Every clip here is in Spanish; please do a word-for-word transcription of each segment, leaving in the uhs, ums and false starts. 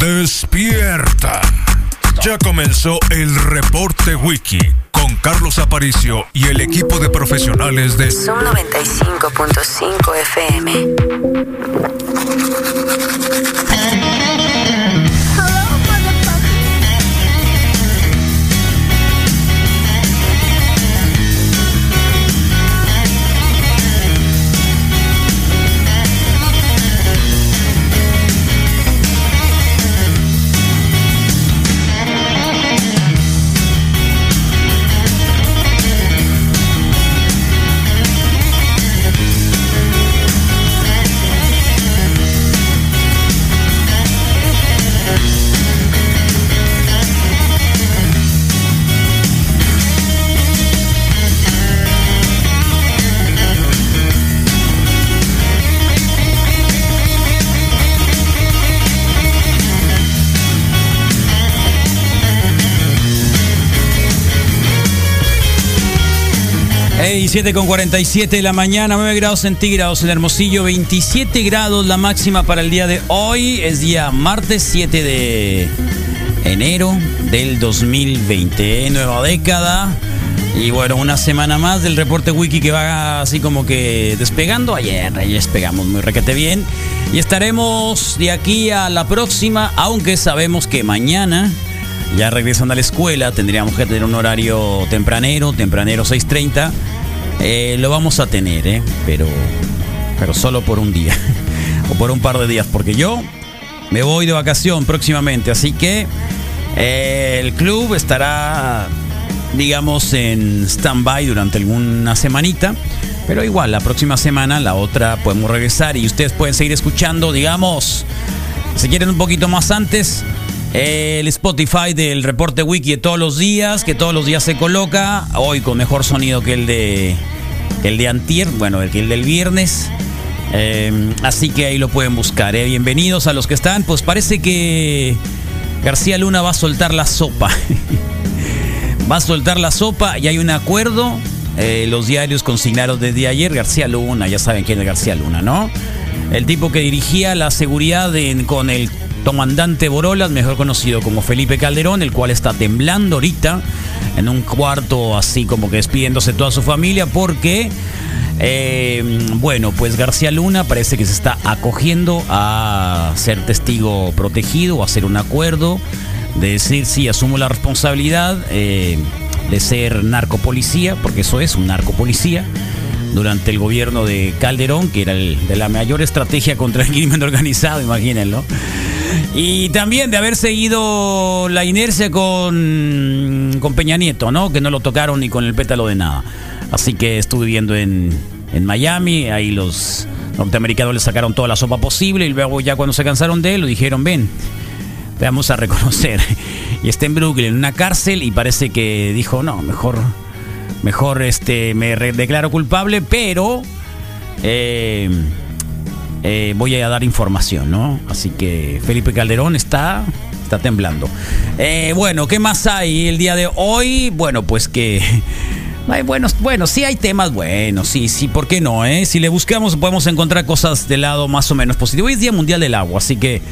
Despierta. Ya comenzó el Reporte Wiki con Carlos Aparicio y el equipo de profesionales de Zoom noventa y cinco punto cinco F M. Hey, siete con cuarenta y siete de la mañana, nueve grados centígrados en Hermosillo, veintisiete grados la máxima para el día de hoy. Es día martes siete de enero del dos mil veinte, nueva década. Y bueno, una semana más del Reporte Wiki que va así como que despegando. Ayer, ayer despegamos muy requete bien. Y estaremos de aquí a la próxima, aunque sabemos que mañana, ya regresando a la escuela, tendríamos que tener un horario tempranero, tempranero seis treinta. Eh, lo vamos a tener, ¿eh? Pero, pero solo por un día o por un par de días, porque yo me voy de vacación próximamente. Así que eh, el club estará, digamos, en stand-by durante alguna semanita. Pero igual, la próxima semana, la otra, podemos regresar y ustedes pueden seguir escuchando, digamos, si quieren un poquito más antes, el Spotify del Reporte Wiki de todos los días, que todos los días se coloca, hoy con mejor sonido que el de el de antier, bueno, el, el del viernes, eh, así que ahí lo pueden buscar, eh. Bienvenidos a los que están. Pues parece que García Luna va a soltar la sopa va a soltar la sopa y hay un acuerdo, eh, los diarios consignaron desde ayer. García Luna, ya saben quién es García Luna, ¿no? El tipo que dirigía la seguridad en, con el comandante Borolas, mejor conocido como Felipe Calderón, el cual está temblando ahorita en un cuarto, así como que despidiéndose toda su familia, porque eh, bueno, pues García Luna parece que se está acogiendo a ser testigo protegido o a hacer un acuerdo de decir, sí, asumo la responsabilidad eh, de ser narcopolicía, porque eso es un narcopolicía, durante el gobierno de Calderón, que era el de la mayor estrategia contra el crimen organizado, imagínenlo. Y también de haber seguido la inercia con, con Peña Nieto, ¿no? Que no lo tocaron ni con el pétalo de nada. Así que estuve viviendo en, en Miami, ahí los norteamericanos le sacaron toda la sopa posible y luego ya cuando se cansaron de él, lo dijeron, ven, vamos a reconocer. Y está en Brooklyn, en una cárcel, y parece que dijo, no, mejor... Mejor este me declaro culpable, pero eh, eh, voy a dar información, ¿no? Así que Felipe Calderón está, está temblando. Eh, bueno, ¿qué más hay el día de hoy? Bueno, pues que hay buenos, bueno, sí hay temas buenos, sí, sí, ¿por qué no? Eh? Si le buscamos podemos encontrar cosas del lado más o menos positivo. Hoy es Día Mundial del Agua, así que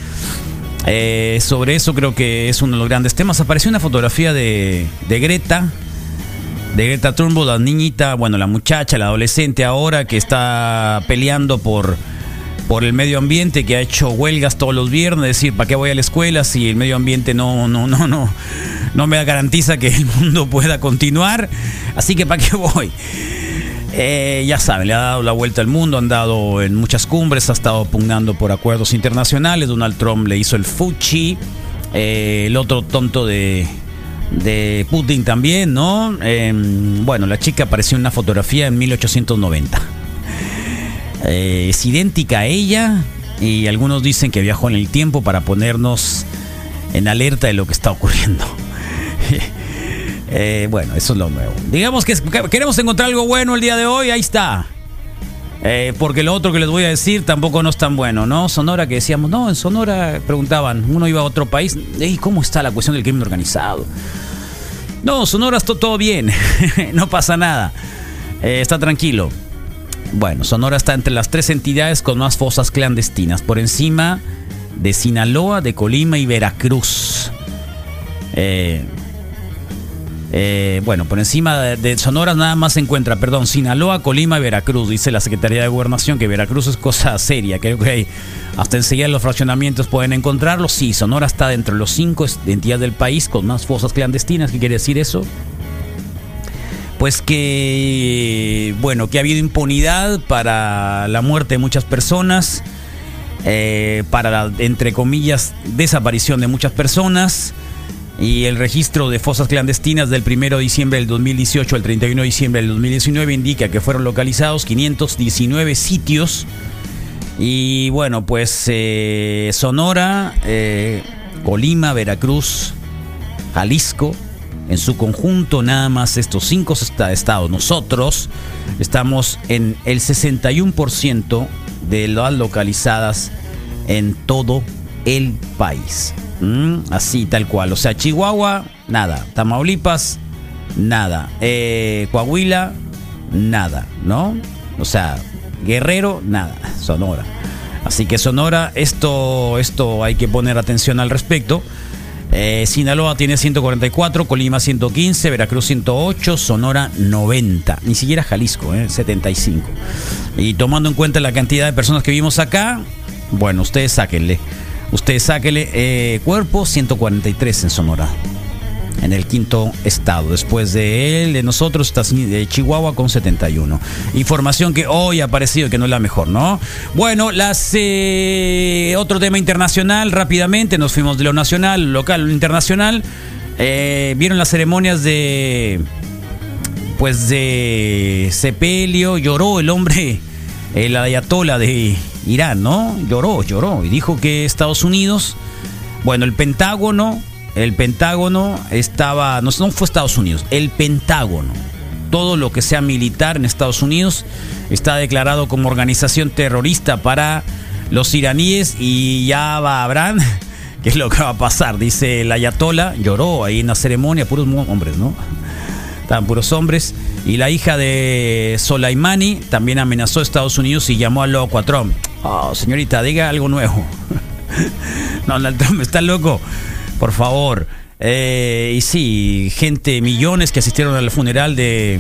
eh, sobre eso creo que es uno de los grandes temas. Apareció una fotografía de, de Greta. De Greta Thunberg, la niñita, bueno, la muchacha, la adolescente ahora que está peleando por, por el medio ambiente, que ha hecho huelgas todos los viernes, decir, ¿para qué voy a la escuela si el medio ambiente no, no, no, no, no me garantiza que el mundo pueda continuar? Así que ¿para qué voy? Eh, ya saben, le ha dado la vuelta al mundo, han dado en muchas cumbres, ha estado pugnando por acuerdos internacionales. Donald Trump le hizo el fuchi, eh, el otro tonto de... de Putin también, ¿no? Eh, bueno, la chica apareció en una fotografía en mil ochocientos noventa. Eh, es idéntica a ella y algunos dicen que viajó en el tiempo para ponernos en alerta de lo que está ocurriendo. eh, bueno, eso es lo nuevo. Digamos que queremos encontrar algo bueno el día de hoy, ahí está. Eh, porque lo otro que les voy a decir tampoco no es tan bueno, ¿no? Sonora, que decíamos, no, en Sonora preguntaban, uno iba a otro país, ¿y cómo está la cuestión del crimen organizado? No, Sonora está todo bien, no pasa nada, eh, está tranquilo. Bueno, Sonora está entre las tres entidades con más fosas clandestinas, por encima de Sinaloa, de Colima y Veracruz. Eh, eh, bueno, por encima de, de Sonora nada más se encuentra, perdón, Sinaloa, Colima y Veracruz. Dice la Secretaría de Gobernación que Veracruz es cosa seria. Creo que hay, hasta enseguida los fraccionamientos pueden encontrarlo. Sí, Sonora está dentro de los cinco entidades del país con más fosas clandestinas. ¿Qué quiere decir eso? Pues que, bueno, que ha habido impunidad para la muerte de muchas personas, eh, para la, entre comillas, desaparición de muchas personas, y el registro de fosas clandestinas del primero de diciembre del dos mil dieciocho al treinta y uno de diciembre del dos mil diecinueve indica que fueron localizados quinientos diecinueve sitios. Y bueno, pues eh, Sonora, eh, Colima, Veracruz, Jalisco, en su conjunto, nada más estos cinco estados. Nosotros estamos en el sesenta y uno por ciento de las localizadas en todo el país. ¿Mm? Así, tal cual. O sea, Chihuahua, nada. Tamaulipas, nada. Eh, Coahuila, nada, ¿no? O sea, Guerrero, nada. Sonora. Así que Sonora, esto, esto hay que poner atención al respecto. Eh, Sinaloa tiene ciento cuarenta y cuatro, Colima ciento quince, Veracruz ciento ocho, Sonora noventa, ni siquiera Jalisco, eh, setenta y cinco. Y tomando en cuenta la cantidad de personas que vivimos acá, bueno, ustedes sáquenle, ustedes sáquenle, eh, cuerpo ciento cuarenta y tres en Sonora, en el quinto estado. Después de él, de nosotros, está de Chihuahua con setenta y uno. Información que hoy ha aparecido que no es la mejor, ¿no? Bueno, las eh, otro tema internacional, rápidamente, nos fuimos de lo nacional, lo local, lo internacional. Eh, Vieron las ceremonias de, pues, de sepelio. Lloró el hombre, el ayatolá de Irán, ¿no? Lloró, lloró y dijo que Estados Unidos, bueno, el Pentágono, El Pentágono estaba, no, no fue Estados Unidos, el Pentágono, todo lo que sea militar en Estados Unidos está declarado como organización terrorista para los iraníes y ya va habrán, ¿qué es lo que va a pasar? Dice el ayatolá, lloró ahí en la ceremonia, puros hombres, ¿no? Estaban puros hombres. Y la hija de Soleimani también amenazó a Estados Unidos y llamó al loco a Trump. Oh, señorita, diga algo nuevo. No, el Trump está loco. Por favor. Eh, y sí, gente, millones que asistieron al funeral de,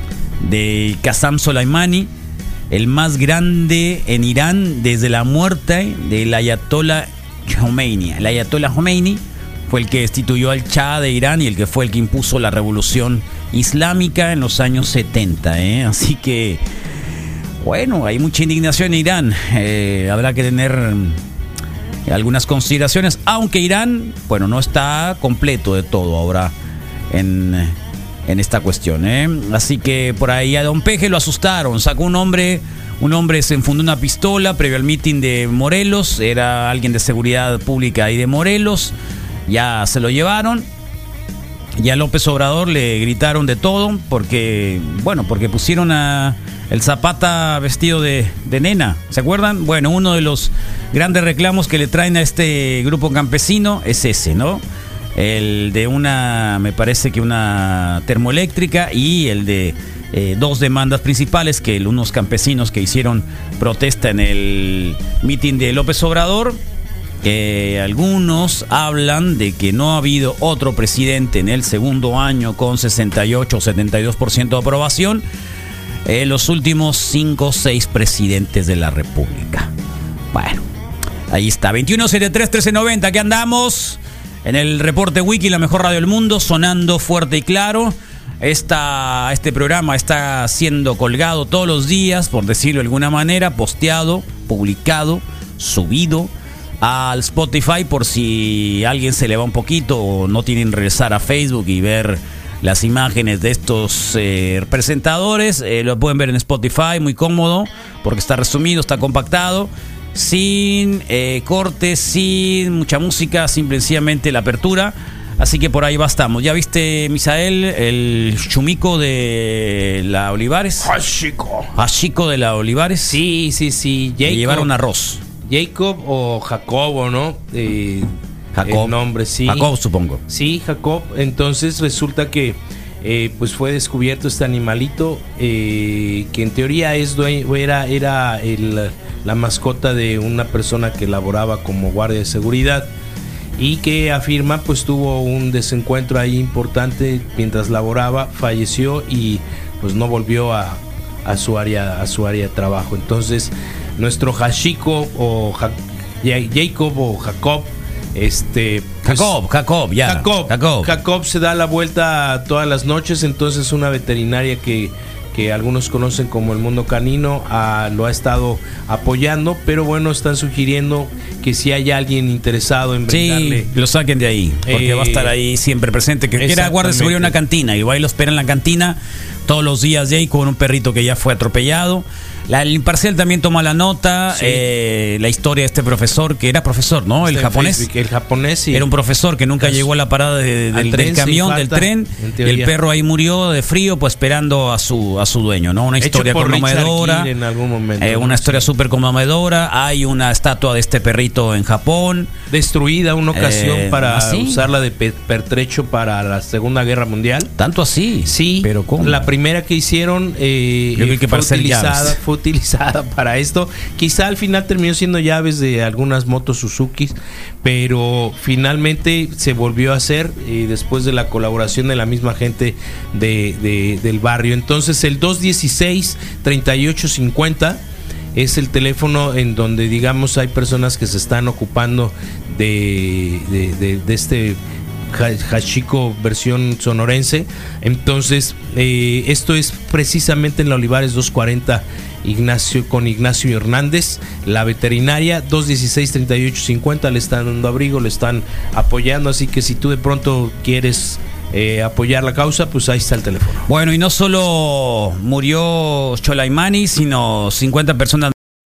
de Qasem Soleimani, el más grande en Irán desde la muerte del ayatolá Khomeini. El ayatolá Khomeini fue el que destituyó al Shah de Irán y el que fue el que impuso la revolución islámica en los años setenta. ¿eh? Así que, bueno, hay mucha indignación en Irán. Eh, habrá que tener algunas consideraciones, aunque Irán, bueno, no está completo de todo ahora en, en esta cuestión, ¿eh? Así que por ahí a Don Peje lo asustaron, sacó un hombre, un hombre se enfundó una pistola previo al mitin de Morelos, era alguien de seguridad pública ahí de Morelos, ya se lo llevaron, y a López Obrador le gritaron de todo, porque, bueno, porque pusieron a el Zapata vestido de, de nena, ¿se acuerdan? Bueno, uno de los grandes reclamos que le traen a este grupo campesino es ese, ¿no? El de una, me parece que una termoeléctrica y el de eh, dos demandas principales que unos campesinos que hicieron protesta en el mitin de López Obrador, que algunos hablan de que no ha habido otro presidente en el segundo año con sesenta y ocho o setenta y dos por ciento de aprobación en eh, los últimos cinco o seis presidentes de la República. Bueno, ahí está, veintiuno setenta y tres trece noventa, aquí andamos en el Reporte Wiki, la mejor radio del mundo, sonando fuerte y claro. Esta, este programa está siendo colgado todos los días, por decirlo de alguna manera, posteado, publicado, subido al Spotify, por si alguien se le va un poquito o no tienen que regresar a Facebook y ver las imágenes de estos eh, presentadores. Eh, lo pueden ver en Spotify, muy cómodo, porque está resumido, está compactado, sin eh, cortes, sin mucha música, simplemente la apertura. Así que por ahí bastamos. ¿Ya viste, Misael, el chumico de la Olivares? Hashiko. Hashiko de la Olivares. Sí, sí, sí. Le llevaron arroz. Jacob o Jacobo, ¿no? Eh, Jacob. El nombre, sí. Jacob, supongo. Sí, Jacob. Entonces resulta que eh, pues fue descubierto este animalito eh, que en teoría es due- era, era el, la mascota de una persona que laboraba como guardia de seguridad y que afirma pues tuvo un desencuentro ahí importante mientras laboraba, falleció y pues no volvió a, a su área a su área de trabajo. Entonces nuestro Hachiko o ja, Jacob o Jacob este pues, Jacob, Jacob, ya. Jacob, Jacob. Jacob se da la vuelta todas las noches, entonces una veterinaria que que algunos conocen como el mundo canino, uh, lo ha estado apoyando, pero bueno, están sugiriendo que si hay alguien interesado en brindarle... Sí, lo saquen de ahí, porque eh, va a estar ahí siempre presente, que quiera guardia de seguridad en una cantina, y va y lo espera en la cantina todos los días de ahí con un perrito que ya fue atropellado. La, el Imparcial también toma la nota, sí. eh, la historia de este profesor, que era profesor, ¿no? Está el japonés. Facebook, el japonés, sí. Era un profesor que nunca es, llegó a la parada de, del, del camión, falta, del tren. Y el perro ahí murió de frío, pues esperando a su a su dueño, ¿no? Una historia conmovedora. En algún momento, eh, una ¿no? historia súper conmovedora. Hay una estatua de este perrito en Japón. Destruida una ocasión eh, para ¿así? usarla de pe pertrecho para la Segunda Guerra Mundial. ¿Tanto así? Sí. ¿Pero cómo? La primera que hicieron eh, Yo creo que fue, para utilizada, fue utilizada para esto. Quizá al final terminó siendo llaves de algunas motos Suzuki, pero finalmente se volvió a hacer eh, después de la colaboración de la misma gente de, de, del barrio. Entonces el dos dieciséis, treinta y ocho cincuenta es el teléfono en donde, digamos, hay personas que se están ocupando de, de, de, de este Hachiko versión sonorense. Entonces eh, esto es precisamente en la Olivares doscientos cuarenta Ignacio, con Ignacio Hernández. La veterinaria dos dieciséis, treinta y ocho cincuenta le están dando abrigo, le están apoyando, así que si tú de pronto quieres eh, apoyar la causa, pues ahí está el teléfono. Bueno, y no solo murió Cholaimani, sino cincuenta personas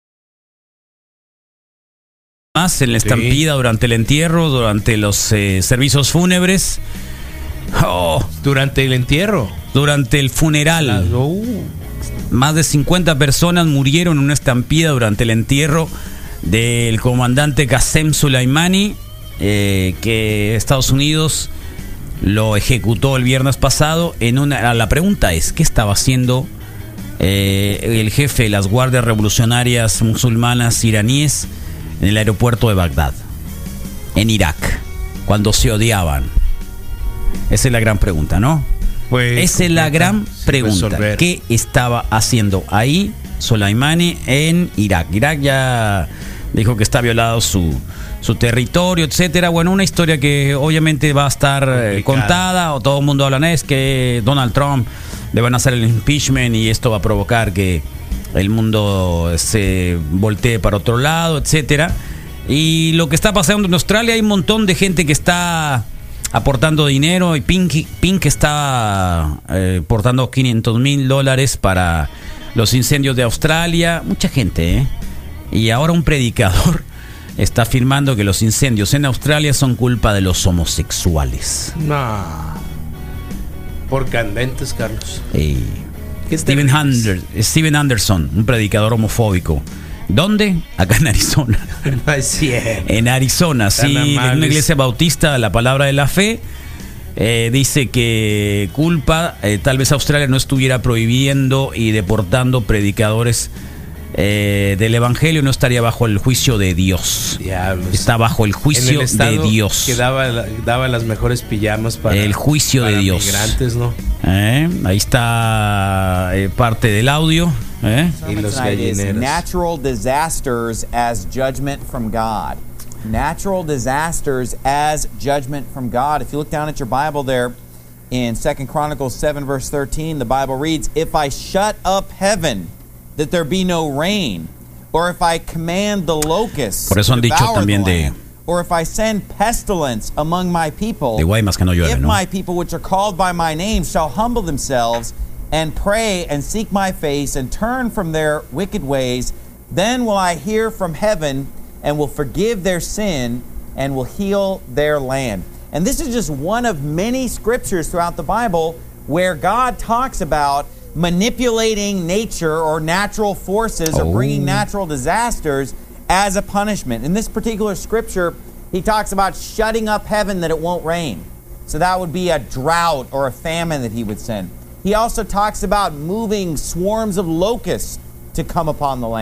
más en la estampida, sí. Durante el entierro, durante los eh, servicios fúnebres. Oh, durante el entierro, durante el funeral. La, uh. Más de cincuenta personas murieron en una estampida durante el entierro del comandante Qasem Soleimani, eh, que Estados Unidos lo ejecutó el viernes pasado. En una, la pregunta es, ¿qué estaba haciendo eh, el jefe de las guardias revolucionarias musulmanas iraníes en el aeropuerto de Bagdad, en Irak, cuando se odiaban? Esa es la gran pregunta, ¿no? Pues, esa es la gran pregunta. Resolver. ¿Qué estaba haciendo ahí Soleimani en Irak? Irak ya dijo que está violado su, su territorio, etcétera. Bueno, una historia que obviamente va a estar eh, contada, o todo el mundo habla, es que Donald Trump le van a hacer el impeachment y esto va a provocar que el mundo se voltee para otro lado, etcétera. Y lo que está pasando en Australia, hay un montón de gente que está aportando dinero, y Pink, Pink está eh, aportando quinientos mil dólares para los incendios de Australia. Mucha gente, ¿eh? Y ahora un predicador está afirmando que los incendios en Australia son culpa de los homosexuales. No. Por candentes, Carlos. Eh, Steven, Ander, Steven Anderson, un predicador homofóbico. ¿Dónde? Acá en Arizona. No es cierto. En Arizona, sí, en una iglesia bautista, la Palabra de la Fe. Eh, dice que culpa, eh, tal vez Australia no estuviera prohibiendo y deportando predicadores eh, del Evangelio, no estaría bajo el juicio de Dios. Diablos. Está bajo el juicio el de Dios. Que daba, daba las mejores pijamas para el juicio para de Dios. Migrantes, ¿no? Eh, ahí está eh, parte del audio. Eh. Y los gallineros. Natural disasters as judgment from God. Natural disasters as judgment from God. If you look down at your Bible there in Second Chronicles seven verse thirteen, the Bible reads, "If I shut up heaven that there be no rain, or if I command the locusts Por eso han to dicho devour también the de land, or if I send pestilence among my people, de Guaymas que no llueve, if ¿no? my people which are called by my name shall humble themselves and pray and seek my face and turn from their wicked ways, then will I hear from heaven and will forgive their sin and will heal their land." And this is just one of many scriptures throughout the Bible where God talks about manipulating nature or natural forces oh. or bringing natural disasters as a punishment. In this particular scripture, he talks about shutting up heaven that it won't rain. So that would be a drought or a famine that he would send. He also talks about moving swarms of locusts to come upon the land.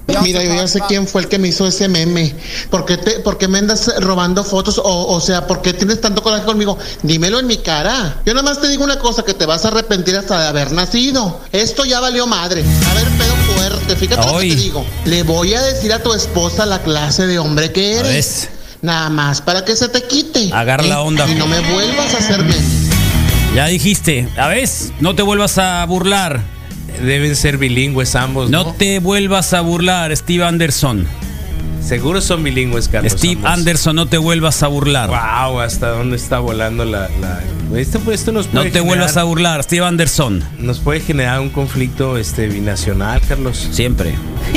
Mira, yo ya sé quién fue el que me hizo ese meme. ¿Por qué, te, por qué me andas robando fotos? O, o sea, ¿por qué tienes tanto coraje conmigo? Dímelo en mi cara. Yo nada más te digo una cosa, que te vas a arrepentir hasta de haber nacido. Esto ya valió madre. A ver, pedo fuerte. Fíjate Ay. lo que te digo. Le voy a decir a tu esposa la clase de hombre que eres. Nada más para que se te quite. Agarra ¿eh? la onda. Y no me vuelvas a hacer memes. Ya dijiste. A ver, no te vuelvas a burlar. Deben ser bilingües ambos, ¿no? No te vuelvas a burlar, Steve Anderson. Seguro son bilingües, Carlos. Steve ambos. Anderson, no te vuelvas a burlar. Wow, hasta dónde está volando la... la... Esto, esto nos puede no te generar, vuelvas a burlar, Steve Anderson. Nos puede generar un conflicto este, binacional, Carlos. Siempre.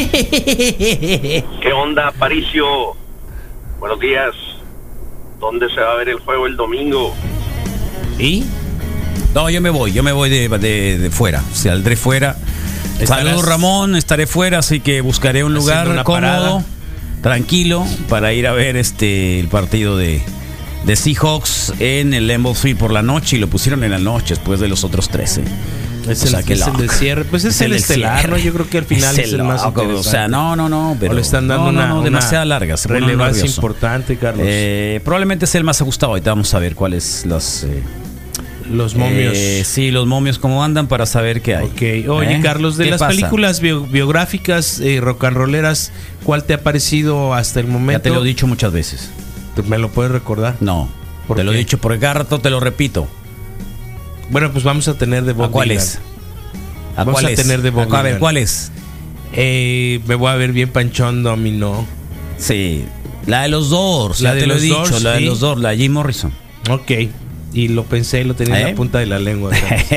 ¿Qué onda, Aparicio? Buenos días. ¿Dónde se va a ver el juego el domingo? ¿Y? No, yo me voy, yo me voy de, de, de fuera, saldré fuera. Saludos, Ramón, estaré fuera, así que buscaré un lugar cómodo, parada. tranquilo, para ir a ver este el partido de, de Seahawks en el Lambeau Field por la noche, y lo pusieron en la noche después de los otros trece. Es, el, es el de cierre, pues es, es el, el estelar, ¿no? Yo creo que al final es el, es el más interesante. O sea, no, no, no, pero o le están dando no, no, no, una, demasiada larga, relevancia importante, Carlos. Eh, probablemente sea el más ajustado. Ahorita vamos a ver cuáles las eh, los momios. Eh, sí, los momios cómo andan para saber qué hay. Okay. Oye, ¿Eh? Carlos, de las pasa? películas bio, biográficas eh, rock and rolleras, ¿cuál te ha parecido hasta el momento? Ya te lo he dicho muchas veces. ¿Me lo puedes recordar? No, te qué? lo he dicho por cada rato, te lo repito. Bueno, pues vamos a tener de Bob ¿A cuál Dylan. es? ¿A vamos cuál a es? tener de Bob A ver, ¿cuál es? Eh, me voy a ver bien Panchón Domino. Sí, la de los Doors, la ya de te lo los he dicho, Doors, la de ¿sí? los Doors, la de Jim Morrison. Ok. Y lo pensé, lo tenía ¿Eh? en la punta de la lengua.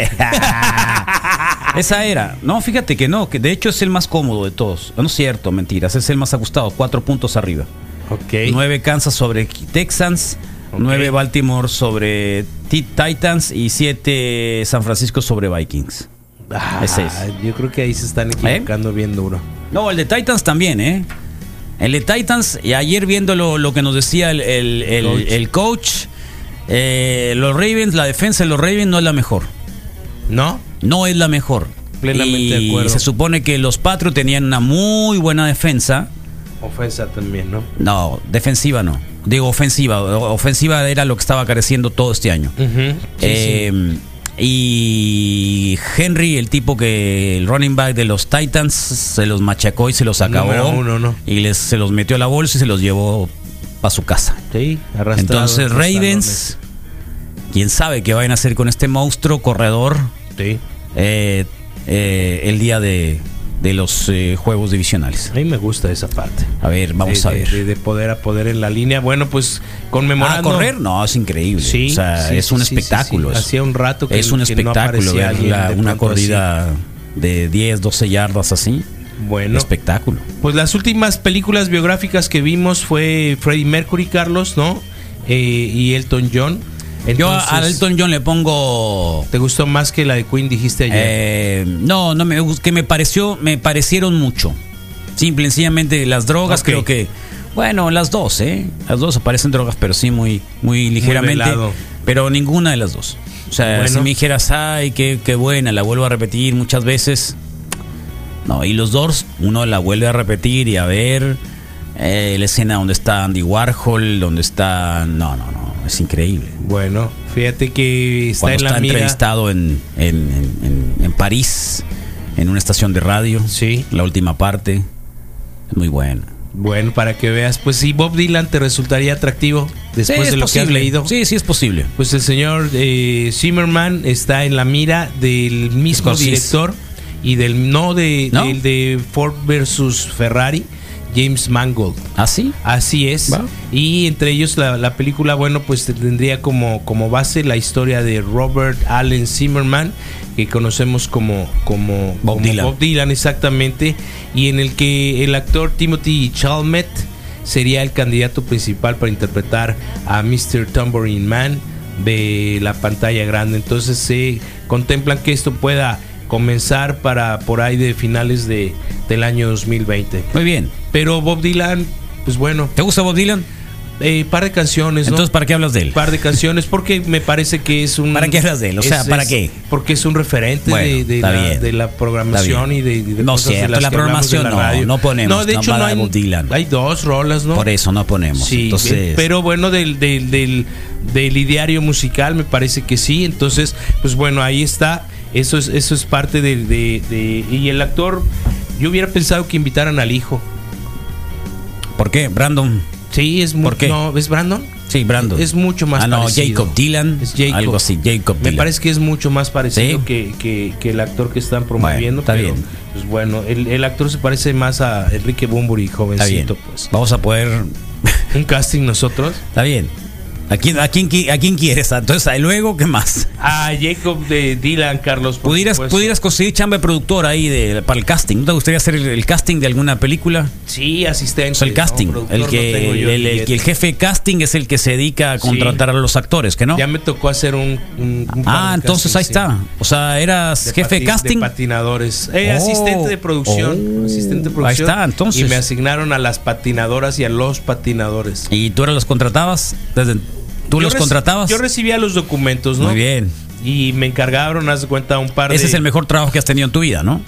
Esa era. No, fíjate que no, que de hecho es el más cómodo de todos. No es cierto, mentiras. Es el más ajustado, cuatro puntos arriba. Ok. Nueve Kansas sobre Texans, okay. Nueve Baltimore sobre Titans y siete San Francisco sobre Vikings. Ah, Ese es. Yo creo que ahí se están equivocando ¿Eh? bien duro. No, el de Titans también, ¿eh? El de Titans, y ayer viendo lo, lo que nos decía el, el, el, coach. el coach, eh, los Ravens, la defensa de los Ravens no es la mejor. ¿No? No es la mejor. Plenamente y de acuerdo. Se supone que los Patriots tenían una muy buena defensa. Ofensa también, ¿no? No, defensiva no. Digo ofensiva. Ofensiva era lo que estaba careciendo todo este año. Uh-huh. Sí, eh, sí. Y Henry, el tipo que el running back de los Titans, se los machacó y se los acabó. Uno, ¿no? Y les, se los metió a la bolsa y se los llevó para su casa. Sí, arrastrado. Entonces Ravens, quién sabe qué vayan a hacer con este monstruo corredor. Sí. Eh, eh, el día de, de los eh, juegos divisionales. A mí me gusta esa parte. A ver, vamos de, a ver. De, de poder a poder en la línea. Bueno, pues conmemorando. ¿A correr? No, es increíble. Sí, o sea, sí, es sí, un sí, espectáculo. Sí, sí. Hacía un rato que es un que espectáculo no ver la, una corrida así. de diez, doce yardas así. Bueno, espectáculo. Pues las últimas películas biográficas que vimos fue Freddie Mercury, Carlos, ¿no? Eh, y Elton John. Entonces, yo a Elton John le pongo. ¿Te gustó más que la de Queen, dijiste ayer? Eh, no, no me que me pareció, me parecieron mucho. Simple y sencillamente las drogas, okay. Creo que, bueno, las dos, ¿eh? Las dos aparecen drogas, pero sí muy, muy ligeramente. Muy pero ninguna de las dos. O sea, bueno. Si me dijeras, ay, qué, qué buena, la vuelvo a repetir muchas veces. No, y los Doors, uno la vuelve a repetir y a ver eh, la escena donde está Andy Warhol, donde está. No, no, no. Es increíble. Bueno, fíjate que está Cuando en la está mira. entrevistado en, en, en, en París, en una estación de radio. Sí. La última parte. Es muy buena. Bueno, para que veas, pues si Bob Dylan te resultaría atractivo después sí, de lo posible. que has leído. Sí, sí es posible. Pues el señor eh, Zimmerman está en la mira del mismo Scorsese. director y del no de ¿No? del de Ford versus Ferrari, James Mangold. ¿Ah, sí? Así es. ¿Va? Y entre ellos la, la película, bueno, pues tendría como, como base la historia de Robert Allen Zimmerman, que conocemos como, como, Bob, como Dylan. Bob Dylan, exactamente, y en el que el actor Timothy Chalamet sería el candidato principal para interpretar a mister Tambourine Man de la pantalla grande. Entonces se contemplan que esto pueda comenzar para por ahí de finales de, del año dos mil veinte. Muy bien. Pero Bob Dylan, pues bueno. ¿Te gusta Bob Dylan? Eh, par de canciones, ¿no? Entonces, ¿para qué hablas de él? Par de canciones, porque me parece que es un... ¿Para qué hablas de él? O sea, es- ¿para es- qué? Porque es un referente Bueno, de, de está la, bien. de la programación y Está de, bien. y de No cosas de cierto, las la que hablamos de programación no, radio. no ponemos, No, de no hecho no para hay, Bob Dylan. hay dos rolas, ¿no? Por eso no ponemos. Sí, Entonces, pero bueno, del, del, del, del ideario musical me parece que sí. Entonces, pues bueno, ahí está. Eso es, eso es parte de, de, de... Y el actor, yo hubiera pensado que invitaran al hijo. ¿por qué? Brandon. Sí, es muy... ¿Por qué? No, ¿es Brandon? Sí, Brandon. Es mucho más Ah, no, parecido. Jacob Dylan. Es Jacob. Algo así, Jacob Me Dylan. parece que es mucho más parecido ¿Sí? que, que, que el actor que están promoviendo. Bueno, está pero, bien. Pues bueno, el, el actor se parece más a Enrique Bunbury, Está bien. jovencito, pues. Vamos a poder. Un casting nosotros. Está bien. ¿A quién, a quién, qui- a quién quieres? Entonces, ahí luego, ¿qué más? A Jacob de Dylan, Carlos. por ¿Pudieras, supuesto. pudieras conseguir chamba de productor ahí de, para el casting. ¿No te gustaría hacer el, el casting de alguna película? Sí, asistente. O sea, el casting. no, productor el, no que, tengo yo el, el- billete. que el jefe de casting es el que se dedica a Sí. contratar a los actores, ¿que no? Ya me tocó hacer un. un- un par Ah, de entonces castings, ahí sí. está. O sea, eras De jefe de pati- casting. De patinadores. Eh, Oh. asistente de producción. Oh. Asistente de Ahí producción. está, entonces. Y me asignaron a las patinadoras y a los patinadores. ¿Y tú eras los contratabas? Desde, ¿Tú Yo los reci- contratabas? Yo recibía los documentos, ¿no? Muy bien. Y me encargaron, haz de cuenta, un par de. Ese es el mejor trabajo que has tenido en tu vida, ¿no?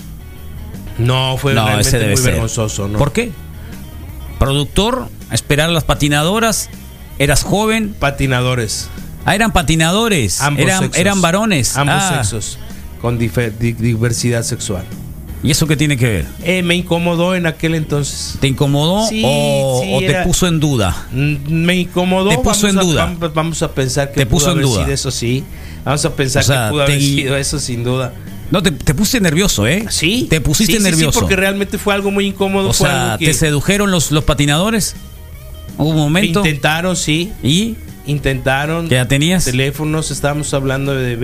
No, fue No, realmente ese debe muy ser. vergonzoso, ¿no? ¿Por qué? Productor, esperar a las patinadoras, eras joven. Patinadores. Ah, eran patinadores. Ambos eran, sexos. eran varones. Ambos Ah, sexos. Con difer- di- diversidad sexual. ¿Y eso qué tiene que ver? Eh, me incomodó en aquel entonces. ¿Te incomodó Sí, o, sí, o te era- puso en duda? Mm, Me incomodó. Te puso vamos en a- duda. Vamos, vamos a pensar que Te puso pudo en haber duda. sido eso, sí. Vamos a pensar O sea, que pudo te haber gui- sido eso, sin duda. No, te, te pusiste nervioso, ¿eh? Sí. Te pusiste sí, sí, nervioso. Sí, porque realmente fue algo muy incómodo. O fue sea, algo que ¿te sedujeron los, los patinadores? ¿Hubo un momento? intentaron, sí. ¿Y Intentaron. qué edad tenías? Teléfonos, estábamos hablando de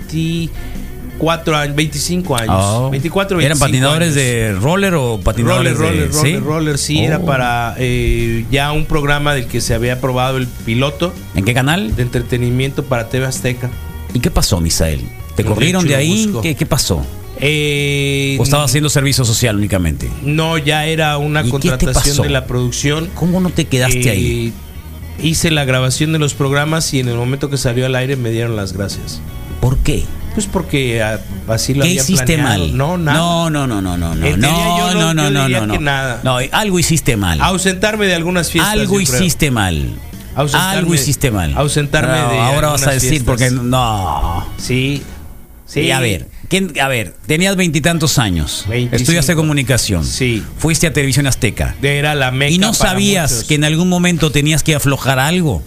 veinticuatro años, veinticinco años. Oh. veinticuatro, ¿Eran veinticinco patinadores años. de roller o patinadores Roller, roller, de roller, ¿sí? roller, sí, Oh. era para eh, ya un programa del que se había aprobado el piloto ¿En qué canal? de entretenimiento para T V Azteca. ¿Y qué pasó, Misael? ¿Te En corrieron Río de ahí? Churubusco. ¿Qué, qué pasó? Eh, ¿O estaba haciendo servicio social únicamente? No, ya era una ¿Y qué te contratación pasó? de la producción. ¿Cómo no te quedaste Eh, ahí? Hice la grabación de los programas y en el momento que salió al aire me dieron las gracias. ¿Por qué? Pues porque ah, así lo ¿Qué había hiciste planeado. mal? No, nada. No, no, no, no, no, no. En teoría No, yo no, no- no, yo no, diría no, no. que nada. No, algo hiciste mal. Ausentarme de algunas fiestas. Algo yo creo. hiciste mal. Ausentarme- Algo hiciste mal. ausentarme No, de ahora vas a algunas decir fiestas. porque no. Sí. Sí. Sí, a ver. ¿quién- a ver, tenías veintitantos años. veinticinco. Estudiaste comunicación. Sí. Fuiste a Televisión Azteca. Era la meca Y no para sabías muchos. que en algún momento tenías que aflojar algo.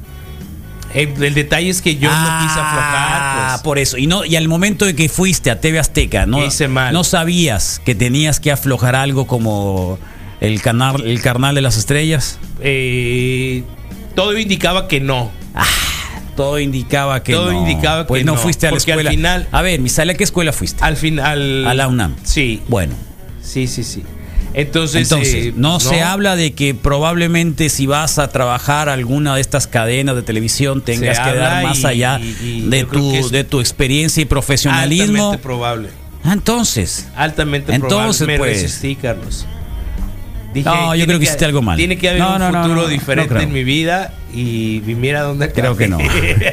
Eh, el detalle es que yo no quise aflojar. Ah, Pues. por eso. Y no, y al momento de que fuiste a T V Azteca, no, Hice mal. no sabías que tenías que aflojar algo como el canal, el carnal de las estrellas. Eh, todo indicaba que no. Todo indicaba que Todo no. indicaba pues que no no, fuiste a la porque al escuela. final- a ver, Misael, ¿a qué escuela fuiste? Al final. A la UNAM. Sí. Bueno, Sí, sí, sí. Entonces, entonces, eh, no, se habla de que probablemente si vas a trabajar a alguna de estas cadenas de televisión tengas Se que dar habla más y- allá y- y de yo creo tu que es de tu experiencia y profesionalismo. Altamente probable. Ah, entonces, Altamente Entonces, probable. Me pues. resistí, Carlos. Dije, No, yo tiene creo que hiciste algo mal. Tiene que haber No, un no, no, futuro no, no diferente creo. en mi vida y, y mira dónde acabé. Creo que no.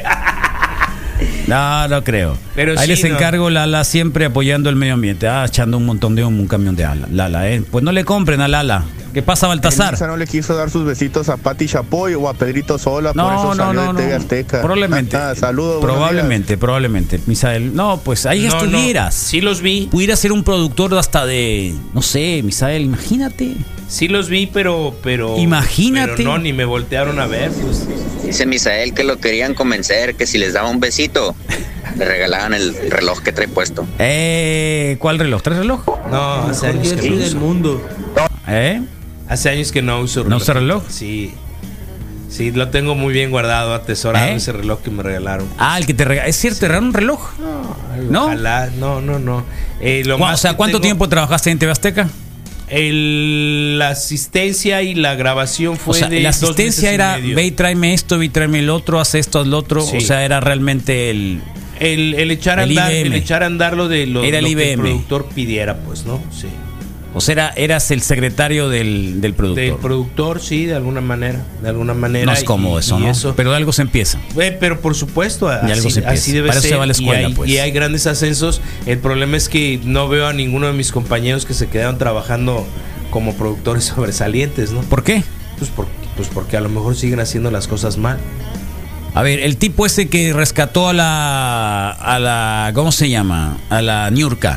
No, no creo. Pero Ahí sí, les no. encargo Lala siempre apoyando el medio ambiente. Ah, echando un montón de humo, un camión de ala. Lala, eh. Pues no le compren a Lala. ¿Qué pasa, Baltasar? Elisa no le quiso dar sus besitos a Pati Chapoy o a Pedrito Sola, por eso salió de T V Azteca. Probablemente. Ah, saludos. buenos Probablemente, probablemente. Misael. No, pues ahí No, no, estuvieras. sí los vi. Pudieras ser un productor hasta de. No sé, Misael, imagínate. Sí los vi, pero. pero Imagínate. Pero no, ni me voltearon a ver. Pues. Dice Misael que lo querían convencer que si les daba un besito, le regalaban el reloj que trae puesto. Eh, ¿cuál reloj? ¿Tres reloj? No, hace años que no uso. mundo. ¿Eh? Hace años que no uso reloj. ¿No usa reloj? Sí. Sí, lo tengo muy bien guardado, atesorado, ¿Eh? ese reloj que me regalaron. Ah, el que te regala. ¿Es cierto, te regalaron un reloj? ¿No? Ojalá, no, no, no. Eh, lo ¿Cu- más o sea, que ¿cuánto tengo- tiempo trabajaste en T V Azteca? El, la asistencia y la grabación fue O sea, de la dos asistencia meses y era medio. ve y tráeme esto, ve y tráeme el otro, haz esto, haz lo otro. Sí. O sea, era realmente el. el, el echar a el andar, I B M. el echar a andar lo de lo, Era el lo que I B M. el productor pidiera, pues, ¿no? Sí. O sea, era, eras el secretario del, del productor. Del productor, sí, de alguna manera. De alguna manera. No es cómodo eso, ¿no? Eso. Pero de algo se empieza. Eh, pero por supuesto, así, algo se así debe Para ser. Eso se va a la escuela, y hay, pues. y hay grandes ascensos. El problema es que no veo a ninguno de mis compañeros que se quedaron trabajando como productores sobresalientes, ¿no? ¿Por qué? Pues, por, pues porque a lo mejor siguen haciendo las cosas mal. A ver, el tipo ese que rescató a la, a la, ¿cómo se llama? A la Niurka.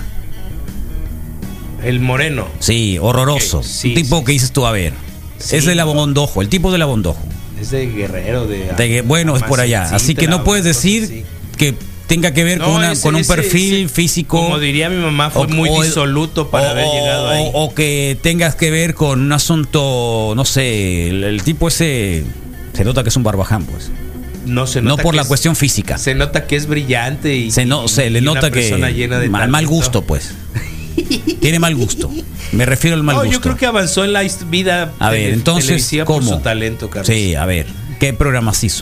El moreno. Sí, horroroso. Okay, sí, un tipo sí, que dices tú, a ver. Sí, es de la Bondojo, el tipo de la Bondojo. Es de Guerrero, de... de bueno, es por allá. Así que no puedes decir sí. que tenga que ver no, con, una, ese, con un ese, perfil ese, físico. Como diría mi mamá, fue o, muy o, disoluto para o, haber llegado ahí. O, o que tengas que ver con un asunto, no sé, el, el tipo ese se nota que es un barbaján, pues. No se nota no por la es, cuestión física. Se nota que es brillante y se, no, se le nota que llena de mal, mal gusto, pues. Tiene mal gusto. Me refiero al mal no, gusto. Yo creo que avanzó en la vida. A ver, entonces, ¿cómo? Por su talento, Carlos. Sí, a ver, ¿qué programas hizo?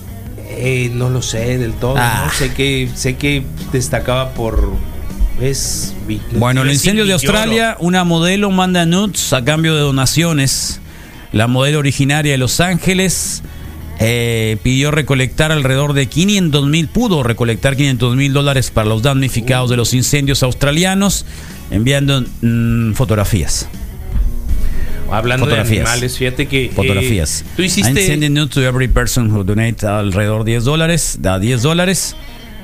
Eh, no lo sé del todo. Ah. ¿no? Sé que sé que destacaba por es bueno, el incendio de Australia, una modelo manda nudes a cambio de donaciones. La modelo originaria de Los Ángeles eh, pidió recolectar alrededor de quinientos mil, pudo recolectar quinientos mil dólares para los damnificados uh. de los incendios australianos, enviando mmm, fotografías. Hablando fotografías. de animales, fíjate que fotografías. Eh, tú hiciste. I'm sending nude to every person who donate alrededor de diez dólares, da diez dólares.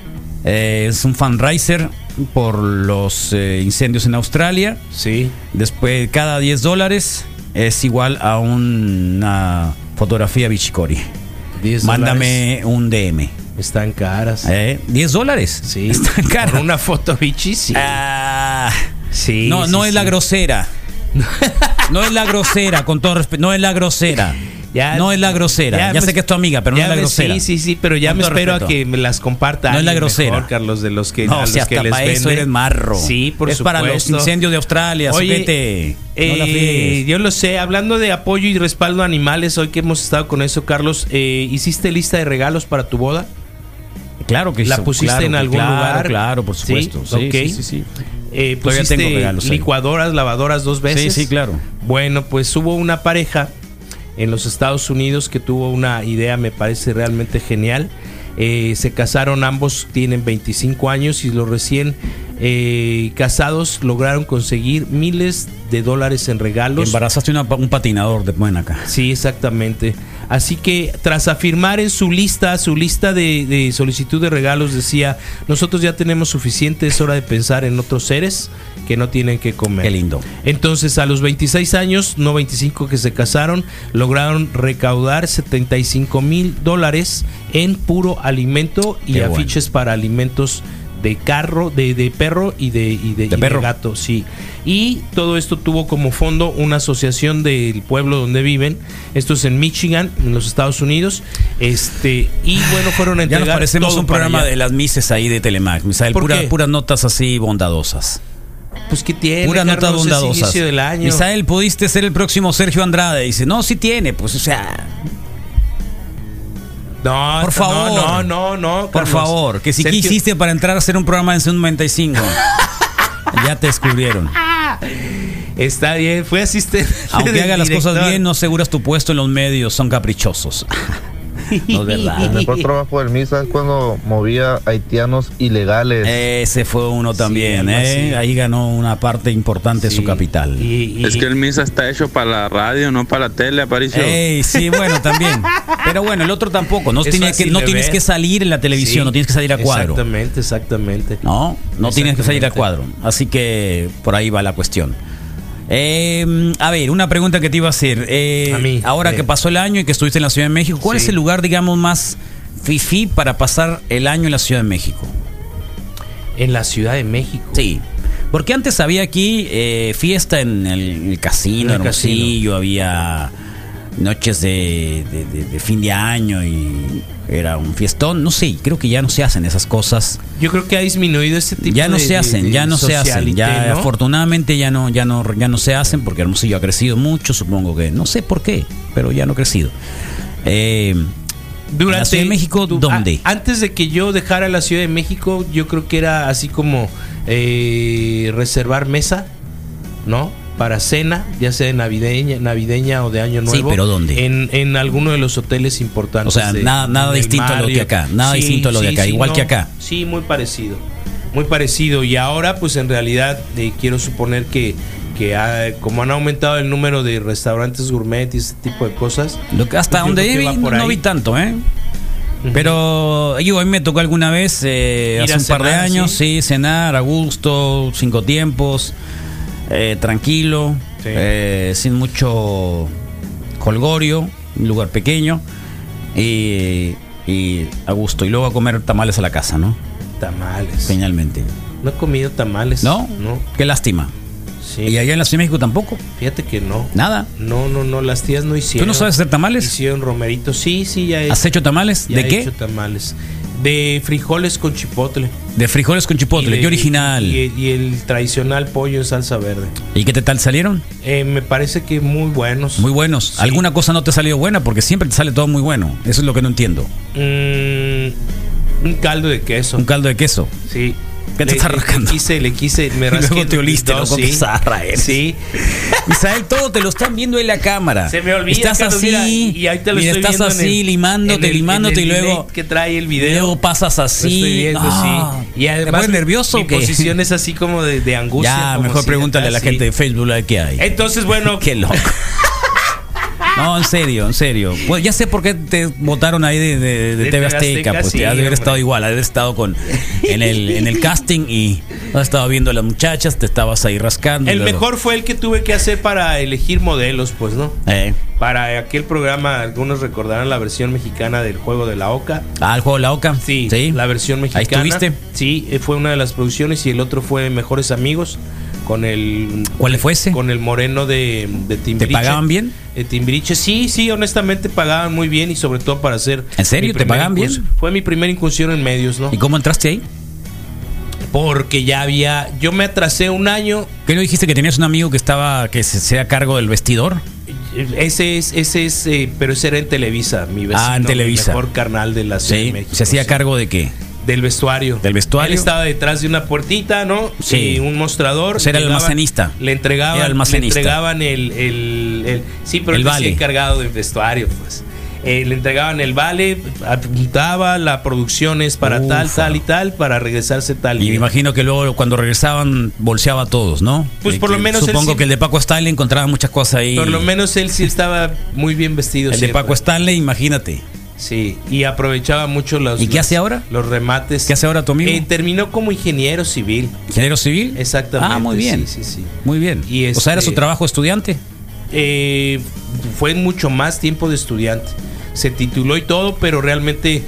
Eh, es un fundraiser por los eh, incendios en Australia. Sí. Después, cada diez dólares es igual a una fotografía bichicori. Mándame un D M. Están caras. ¿Eh? ¿diez dólares? Sí. Están caras. Por una foto bichi, sí. Ah, sí. No, sí, no sí. es la grosera. No es la grosera, con todo respeto. No es la grosera. Ya, no es la grosera. Ya, ya me, sé que es tu amiga, pero no es la grosera. Sí, sí, sí, pero ya con me espero respeto. a que me las comparta. No es la grosera. Mejor, Carlos, de los que, no, a los si hasta que les para vende. eso eres marro. Sí, por es supuesto. para los incendios de Australia. Oye, vete, eh, no la yo lo sé. Hablando de apoyo y respaldo a animales, hoy que hemos estado con eso, Carlos, eh, ¿hiciste lista de regalos para tu boda? Claro que sí. ¿La pusiste claro, en algún claro, lugar? Claro, por supuesto. Sí, sí, okay. sí, sí, sí. Eh, ¿Pusiste tengo regalos, licuadoras, lavadoras dos veces? Sí, sí, claro. Bueno, pues hubo una pareja en los Estados Unidos que tuvo una idea, me parece realmente genial. Eh, se casaron, ambos tienen veinticinco años y los recién eh, casados lograron conseguir miles de dólares en regalos. Embarazaste una, un patinador de buen acá. Sí, exactamente. Así que tras afirmar en su lista, su lista de, de solicitud de regalos decía: nosotros ya tenemos suficiente, es hora de pensar en otros seres que no tienen que comer. Qué lindo. Entonces, a los veintiséis años, no veinticinco, que se casaron, lograron recaudar setenta y cinco mil dólares en puro alimento y Qué afiches bueno. para alimentos de carro, de, de perro y de, y de, de, y perro. de gato, sí. Y todo esto tuvo como fondo una asociación del pueblo donde viven. Esto es en Michigan, en los Estados Unidos. Este, y bueno, fueron a entregar. Ya nos parecemos todo un programa allá. de las mises ahí de Telemac, Misael, pura, puras notas así bondadosas. Pues que tiene, pura Carlos, nota bondadosas. Es inicio del año. Misael, pudiste ser el próximo Sergio Andrade. Dice, no, sí tiene, pues, o sea. No, por favor, no, no, no, no por favor, que si Sergio... quisiste para entrar a hacer un programa en C noventa y cinco, ya te descubrieron. Está bien, fue asistente. Aunque haga las cosas bien, no aseguras tu puesto en los medios, son caprichosos. No es verdad. El mejor trabajo del Misa es cuando movía haitianos ilegales. Ese fue uno también, sí, ¿eh? Ahí ganó una parte importante sí. de su capital. Y, y, es que el Misa está hecho para la radio, no para la tele, Aparicio. Ey, sí, bueno, también. Pero bueno, el otro tampoco. No, tiene que, no tienes que salir en la televisión, sí, no tienes que salir a cuadro. Exactamente, exactamente. No, no tienes que salir a cuadro. Así que por ahí va la cuestión. Eh, a ver, una pregunta que te iba a hacer. Eh, a mí, ahora eh. que pasó el año y que estuviste en la Ciudad de México, ¿cuál sí. es el lugar, digamos, más fifí para pasar el año en la Ciudad de México? En la Ciudad de México. Sí. Porque antes había aquí eh, fiesta en el, en el casino, en Hermosillo, había noches de, de, de, de fin de año y era un fiestón. No sé, creo que ya no se hacen esas cosas. Yo creo que ha disminuido ese tipo ya no de, se hacen, de, de ya no se hacen, ya ¿no? afortunadamente ya no, ya no, ya no se hacen porque Hermosillo ha crecido mucho, supongo que, no sé por qué, pero ya no ha crecido. Eh, Durante, ¿La Ciudad de México tú, dónde? A, antes de que yo dejara la Ciudad de México, yo creo que era así como eh, reservar mesa, ¿no? para cena, ya sea de navideña, navideña o de Año Nuevo. Sí, pero ¿dónde? En, en alguno de los hoteles importantes. O sea, de, nada, nada distinto a lo de acá. Nada sí, distinto a lo de acá, sí, igual no, que acá. Sí, muy parecido. Muy parecido. Y ahora, pues en realidad, eh, quiero suponer que, que ha, como han aumentado el número de restaurantes gourmet y ese tipo de cosas. Lo que, hasta pues donde vi, no, no vi tanto, ¿eh? Uh-huh. Pero digo, a mí me tocó alguna vez, eh, hace un cenar, par de años, ¿sí? sí, cenar a gusto, cinco tiempos, eh, tranquilo, sí. eh, sin mucho jolgorio, un lugar pequeño y, y a gusto. Y luego a comer tamales a la casa, ¿no? Tamales. Finalmente. No he comido tamales. ¿No? No. Qué lástima. Sí. ¿Y allá en la Ciudad de México tampoco? Fíjate que no. ¿Nada? No, no, no, las tías no hicieron. ¿Tú no sabes hacer tamales? Hicieron romeritos, sí, sí, ya he ¿Has hecho tamales? Ya ¿De he qué? hecho tamales. De frijoles con chipotle. De frijoles con chipotle, de, qué original. Y, y el tradicional pollo en salsa verde. ¿Y qué tal salieron? Eh, me parece que muy buenos. Muy buenos. Sí. ¿Alguna cosa no te ha salido buena? Porque siempre te sale todo muy bueno. Eso es lo que no entiendo. Mm, un caldo de queso. Un caldo de queso. Sí. ¿Qué te le, está rascando? Le quise, le quise, me rasqué. Luego te oliste, dos, loco, sí. que zarra eres. Sí. Misael, todo te lo están viendo en la cámara. Se me olvida. Estás Carlos, así, mira, y ahí te lo mira, estoy estás viendo así, en el, limándote, en el, limándote en el y luego que trae el video. Luego pasas así. Lo estoy viendo, no, sí. Y además, ¿te pones nervioso mi o qué? posición es así como de, de angustia. Ya, como mejor si pregúntale acá, a la sí. gente de Facebook qué hay. Entonces, bueno. Qué loco. No, en serio, en serio. Pues ya sé por qué te votaron ahí de, de, de, de T V Azteca. Azteca pues sí, te has de haber estado igual, haber estado con en el, en el casting y has estado viendo a las muchachas, te estabas ahí rascando. El luego... mejor fue el que tuve que hacer para elegir modelos, pues, ¿no? Eh. Para aquel programa, algunos recordarán la versión mexicana del Juego de la Oca. Ah, el Juego de la Oca. Sí, sí. La versión mexicana. Ahí estuviste. Sí, fue una de las producciones y el otro fue Mejores Amigos. Con el. ¿Cuál fue ese? Con el moreno de, de Timbiriche. ¿Te pagaban bien? De Timbiriche, sí, sí, honestamente pagaban muy bien y sobre todo para hacer. ¿En serio? ¿Te pagaban bien? Fue mi primera incursión en medios, ¿no? ¿Y cómo entraste ahí? Porque ya había. Yo me atrasé un año. ¿Qué no dijiste que tenías un amigo que estaba. que se sea a cargo del vestidor? Ese es, ese es, eh, pero ese era en Televisa, mi vecino. Ah, en Televisa. Mi mejor carnal de la Ciudad sí. de México. ¿Se hacía sí. cargo de qué? Del vestuario. Del vestuario. Él estaba detrás de una puertita, ¿no? Sí. Y un mostrador. O sea, era el almacenista. Le entregaban, era almacenista. Le entregaban el, el, el sí, pero el él vale. encargado del vestuario, pues. Eh, le entregaban el vale, apuntaba la producción es para Ufa. tal, tal y tal, para regresarse tal. Y día. Me imagino que luego cuando regresaban bolseaba a todos, ¿no? Pues eh, por lo menos supongo sí, que el de Paco Stanley encontraba muchas cosas ahí. Por lo menos él sí estaba muy bien vestido. El siempre. de Paco Stanley, imagínate. Sí, y aprovechaba mucho los. ¿Y qué los, hace ahora? Los remates. ¿Qué hace ahora tu amigo? Eh, terminó como ingeniero civil. ¿Ingeniero civil? Exactamente. Ah, muy bien. Sí, sí, sí. Muy bien. Y este, o sea, ¿era su trabajo estudiante? Eh, fue mucho más tiempo de estudiante. Se tituló y todo, pero realmente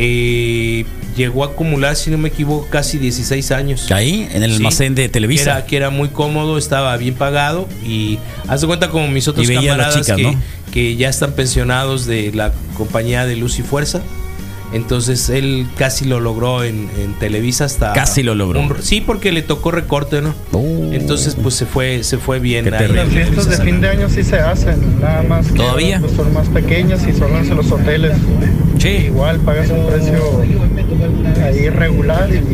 eh, llegó a acumular, si no me equivoco, casi dieciséis años. Ahí, en el sí, almacén de Televisa. Que era, que era muy cómodo, estaba bien pagado y haz de cuenta como mis otros camaradas chicas, que, ¿no? que ya están pensionados de la compañía de Luz y Fuerza. Entonces él casi lo logró en, en Televisa hasta casi lo logró. Un, sí, porque le tocó recorte, ¿no? Uh, Entonces pues se fue se fue bien. Ahí, las fiestas de fin de año sí se hacen, nada más que todavía pues, son más pequeñas y solo en los hoteles. Sí. Igual pagas un precio ahí regular y,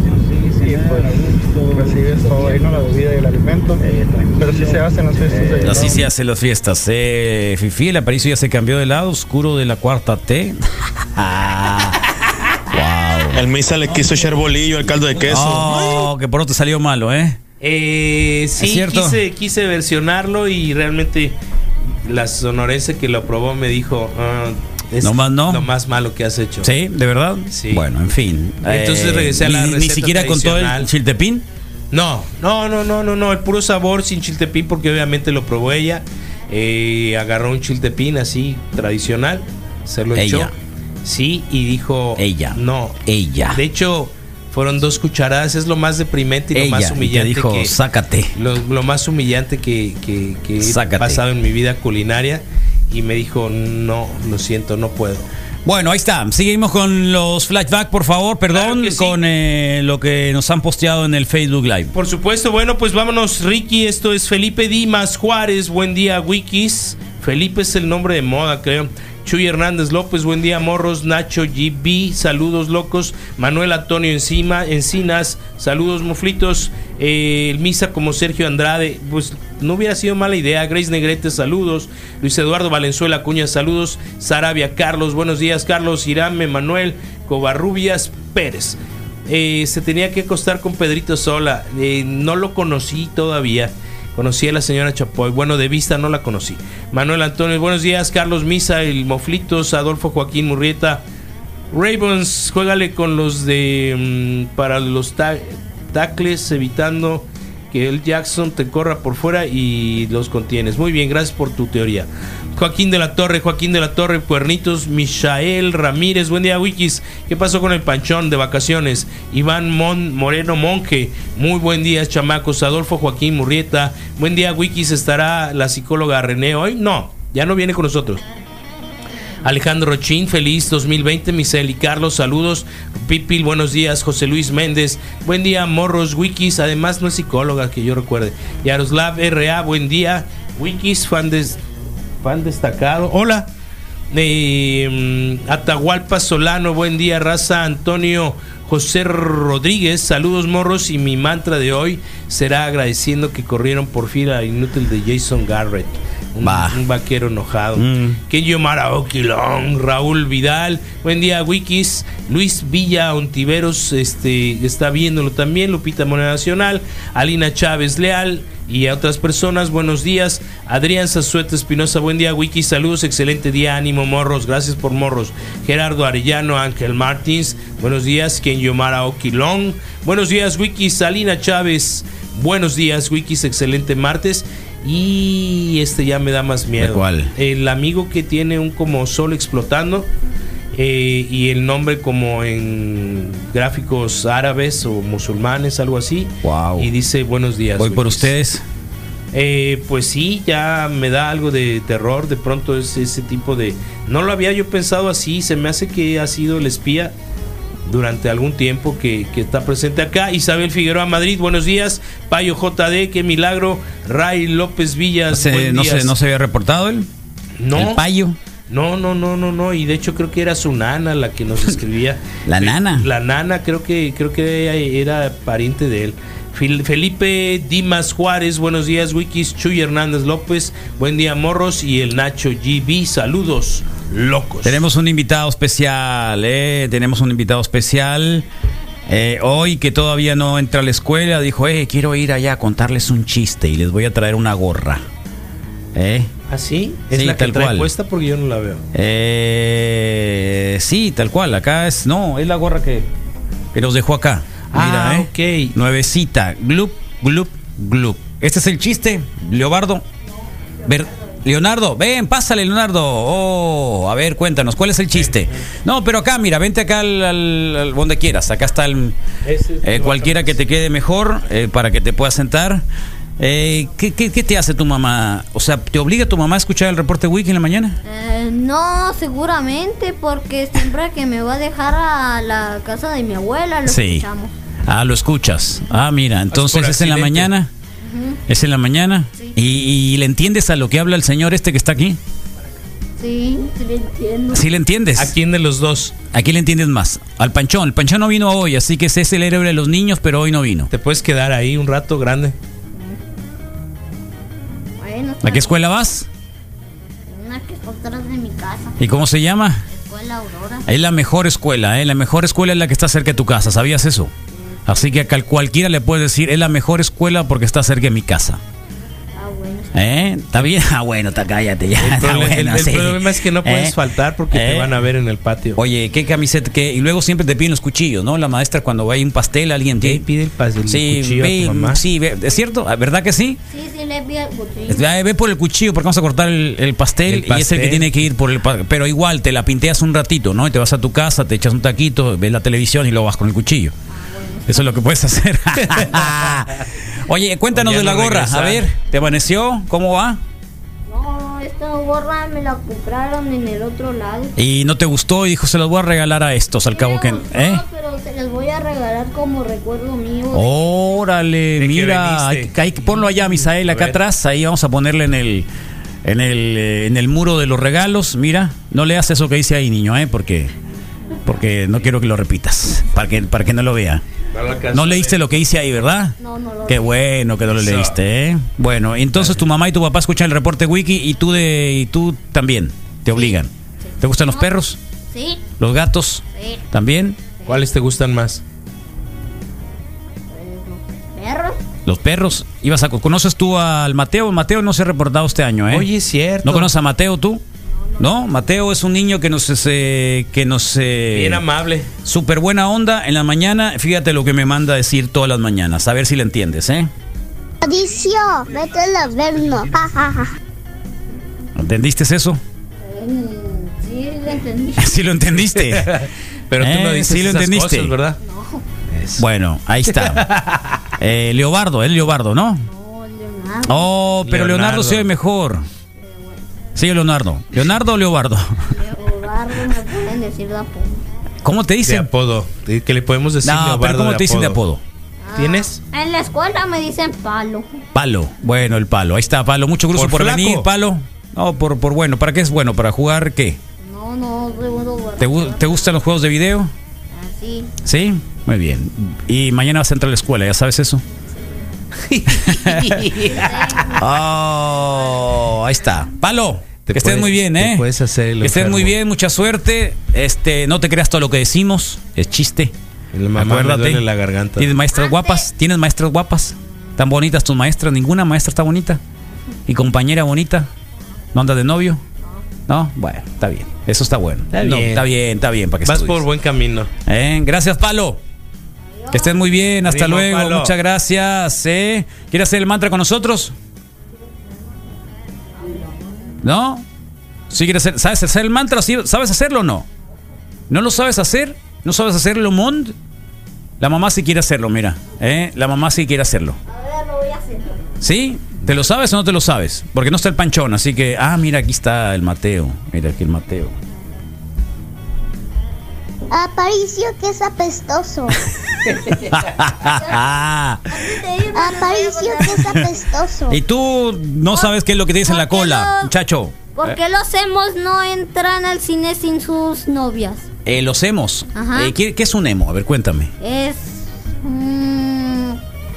y pues recibes todo ahí, ¿no? La bebida y el alimento. Pero sí se hacen las fiestas de Así se hacen las fiestas. Eh, Fifi, el Aparicio ya se cambió de lado oscuro de la cuarta T. Wow. El Misa le quiso echar bolillo al caldo de queso. Oh, que por otro salió malo, ¿eh? Eh, sí, quise, quise versionarlo y realmente la sonorense que lo probó me dijo, ah, es no más, no. lo más malo que has hecho. Sí, ¿de verdad? Sí. Bueno, en fin. Entonces regresé a la ni, receta ni siquiera con todo el chiltepín. No, no, no, no, no, no, el puro sabor sin chiltepín porque obviamente lo probó ella. Eh, agarró un chiltepín así tradicional, se lo echó. Ella. Sí, y dijo ella. No, ella. De hecho, fueron dos cucharadas, es lo más deprimente y ella, lo más humillante y te dijo, que sácate. Lo, lo más humillante que, que, que he sácate. pasado en mi vida culinaria. Y me dijo, no, lo siento, no puedo. Bueno, ahí está. Seguimos con los flashbacks, por favor. Perdón, claro sí. con eh, lo que nos han posteado en el Facebook Live. Por supuesto. Bueno, pues vámonos, Ricky. Esto es Felipe Dimas Juárez. Buen día, Wikis. Felipe es el nombre de moda, creo. Chuy Hernández López, buen día, morros. Nacho G B, saludos, locos. Manuel Antonio Encima, Encinas, saludos, moflitos. Eh, el Misa como Sergio Andrade, pues no hubiera sido mala idea. Grace Negrete, saludos. Luis Eduardo Valenzuela Acuña, saludos. Sarabia Carlos, buenos días. Carlos Irame Manuel Covarrubias Pérez. Eh, se tenía que acostar con Pedrito Sola. Eh, no lo conocí todavía. Conocí a la señora Chapoy. Bueno, de vista no la conocí. Manuel Antonio, buenos días. Carlos Misa, el Moflitos, Adolfo Joaquín Murrieta. Ravens, juégale con los de um, para los ta- tackles, evitando que el Jackson te corra por fuera y los contienes. Muy bien, gracias por tu teoría. Joaquín de la Torre, Joaquín de la Torre, Cuernitos, Michael Ramírez, buen día, Wikis. ¿Qué pasó con el Panchón de vacaciones? Iván Mon, Moreno Monje, muy buen día, chamacos. Adolfo Joaquín Murrieta, buen día, Wikis. ¿Estará la psicóloga René hoy? No, ya no viene con nosotros. Alejandro Rochín, feliz dos mil veinte. Misael y Carlos, saludos. Pipil, buenos días. José Luis Méndez, buen día. Morros, Wikis, además no es psicóloga que yo recuerde. Yaroslav R A, buen día. Wikis, fan, des, fan destacado. Hola. Eh, Atahualpa Solano, buen día. Raza Antonio José Rodríguez, saludos, morros. Y mi mantra de hoy será agradeciendo que corrieron por fin al inútil de Jason Garrett. Un, un vaquero enojado. Mm. Kenyo Maraoquilón, Raúl Vidal, buen día, Wikis. Luis Villa Ontiveros este, está viéndolo también. Lupita Moneda Nacional, Alina Chávez Leal y a otras personas, buenos días. Adrián Zazueta Espinosa, buen día, Wikis. Saludos, excelente día, ánimo, morros. Gracias por morros. Gerardo Arellano, Ángel Martins, buenos días. Kenyo Maraoquilón, buenos días, Wikis. Alina Chávez, buenos días, Wikis. Excelente martes. Y este ya me da más miedo. ¿De cuál? El amigo que tiene un como sol explotando eh, y el nombre como en gráficos árabes o musulmanes, algo así. Wow. Y dice buenos días. Voy por ustedes. Eh, pues sí, ya me da algo de terror. De pronto es ese tipo de... No lo había yo pensado así. Se me hace que ha sido el espía durante algún tiempo que, que está presente acá. Isabel Figueroa Madrid, buenos días. Payo J D, qué milagro. Ray López Villas, ¿Se, buen no, días. se, ¿No se había reportado él? No. ¿El Payo? No, no, no, no, no. Y de hecho creo que era su nana la que nos escribía. ¿La nana? La nana, creo que, creo que era pariente de él. Felipe Dimas Juárez, buenos días, Wikis. Chuy Hernández López, buen día, morros. Y el Nacho G B, saludos, locos. Tenemos un invitado especial, ¿eh? Tenemos un invitado especial. Eh, hoy que todavía no entra a la escuela, dijo, eh, quiero ir allá a contarles un chiste y les voy a traer una gorra. ¿Eh? ¿Ah, sí? ¿Es sí, la que tal trae cual. puesta? Porque yo no la veo. Eh, sí, tal cual. Acá es, no, es la gorra que, que nos dejó acá. Mira, ah, eh. ok. Nuevecita. Glup, glup, glup. Este es el chiste, Leobardo. Ver, Leonardo, ven, pásale, Leonardo. Oh, a ver, cuéntanos, ¿cuál es el chiste? No, pero acá, mira, vente acá al, al, al donde quieras. Acá está el eh, cualquiera que te quede mejor eh, para que te puedas sentar. Eh, ¿qué, qué, ¿Qué te hace tu mamá? O sea, ¿te obliga tu mamá a escuchar el reporte Wiki en la mañana? Eh, no, seguramente, porque siempre que me va a dejar a la casa de mi abuela lo sí. escuchamos. Ah, lo escuchas. Ah, mira, entonces es, es en la mañana. Uh-huh. Es en la mañana. Sí. ¿Y, ¿Y le entiendes a lo que habla el señor este que está aquí? Sí, sí le entiendo. ¿Sí le entiendes? ¿A quién de los dos? ¿A quién le entiendes más? Al Panchón. El Panchón no vino hoy, así que ese es el héroe de los niños, pero hoy no vino. Te puedes quedar ahí un rato grande. Bueno, ¿a qué escuela vas? Una que está atrás de mi casa. ¿Y cómo se llama? Escuela Aurora. Es la mejor escuela, ¿eh? La mejor escuela es la que está cerca de tu casa, ¿sabías eso? Sí. Así que a cualquiera le puedes decir, es la mejor escuela porque está cerca de mi casa. Ah, bueno. ¿Eh? ¿Está bien? Ah, bueno, está, cállate ya. El, problema, bueno, el, sí. el problema es que no puedes ¿Eh? faltar porque ¿Eh? te van a ver en el patio. Oye, ¿qué camiseta? Qué? Y luego siempre te piden los cuchillos, ¿no? La maestra cuando hay un pastel, alguien te pide el, pas- el sí, cuchillo ve, a tu mamá. Sí, ve, ¿es cierto? ¿Verdad que sí? Sí, sí, le pide el cuchillo. Ve por el cuchillo porque vamos a cortar el, el, pastel, el pastel y es el que tiene que ir por el pastel. Pero igual, te la pinteas un ratito, ¿no? Y te vas a tu casa, te echas un taquito, ves la televisión y luego vas con el cuchillo. Eso es lo que puedes hacer. Oye, cuéntanos de la no gorra. Regresar. A ver, ¿te amaneció? ¿Cómo va? No, esta gorra me la compraron en el otro lado. ¿Y no te gustó? Y dijo, se las voy a regalar a estos, al cabo que... ¿eh? No, pero se las voy a regalar como recuerdo mío. Órale, mira. Hay, hay, ponlo allá, Misael, acá atrás. Ahí vamos a ponerle en el... En el, en el muro de los regalos. Mira, no leas eso que dice ahí, niño, ¿eh? Porque... porque no quiero que lo repitas, para que, para que no lo vea. No leíste lo que hice ahí, ¿verdad? No, no lo Qué bueno que no lo leíste, ¿eh? Bueno, entonces tu mamá y tu papá escuchan el reporte wiki y tú de y tú también te obligan. ¿Te gustan los perros? Sí. ¿Los gatos? Sí. ¿También? ¿Cuáles te gustan más? ¿Perros? Los perros. Ibas a ¿Conoces tú al Mateo? Mateo no se ha reportado este año, ¿eh? Oye, es cierto. ¿No conoces a Mateo tú? No, Mateo es un niño que nos eh, que nos eh, bien amable, súper buena onda en la mañana. Fíjate lo que me manda a decir todas las mañanas, a ver si le entiendes, ¿eh? Mauricio, vete al averno. ¿Entendiste eso? Sí, lo entendí. Sí lo entendiste. Pero tú no eh, dices sí lo esas entendiste, cosas, ¿verdad? No. Bueno, ahí está. eh, Leobardo, es Leobardo, ¿no? No, Leonardo. Oh, pero Leonardo, Leonardo se oye mejor. Sí, Leonardo. ¿Leonardo o Leobardo? Leobardo me pueden decir de apodo. ¿Cómo te dicen? De apodo. Que le podemos decir no, Leobardo. Pero ¿cómo de te dicen de apodo? Ah, ¿Tienes? En la escuela me dicen Palo. Palo. Bueno, el Palo. Ahí está, Palo. Mucho gusto por, por venir, Palo. No, por, por bueno. ¿Para qué es bueno? ¿Para jugar qué? No, no, segundo. ¿Te, ¿Te gustan los juegos de video? Ah, sí. ¿Sí? Muy bien. Y mañana vas a entrar a la escuela, ¿ya sabes eso? Oh, ahí está. Palo. Que estés puedes, muy bien, ¿eh? Puedes hacer que estés muy bien, mucha suerte. Este, no te creas todo lo que decimos, es chiste. La mamá Acuérdate. me duele la garganta. ¿Tienes maestras guapas? ¿Tienes maestras guapas? ¿Tan bonitas tus maestras? ¿Ninguna maestra está bonita? ¿Y compañera bonita? ¿No andas de novio? No, bueno, está bien. Eso está bueno. Está no, bien. Está bien, está bien para que vas estudies. por buen camino. ¿Eh? Gracias, Palo. Que estés muy bien, hasta Primo luego. Palo. Muchas gracias. ¿eh? ¿Quieres hacer el mantra con nosotros? ¿No? ¿Sí quieres hacer, ¿Sabes hacer el mantra? ¿Sabes hacerlo o no? ¿No lo sabes hacer? ¿No sabes hacerlo, Mond? La mamá sí quiere hacerlo, mira. ¿eh? La mamá sí quiere hacerlo. A ver, lo voy a hacer. ¿Sí? ¿Te lo sabes o no te lo sabes? Porque no está el panchón, así que... Ah, mira, aquí está el Mateo. Mira aquí el Mateo. Aparicio, que es apestoso. Aparicio, que es apestoso. Y tú no sabes qué es lo que te dice en la cola, los, muchacho. ¿Por qué los emos no entran al cine sin sus novias? Eh, los emos. Ajá. Eh, ¿qué, ¿Qué es un emo? A ver, cuéntame. Es... Mmm,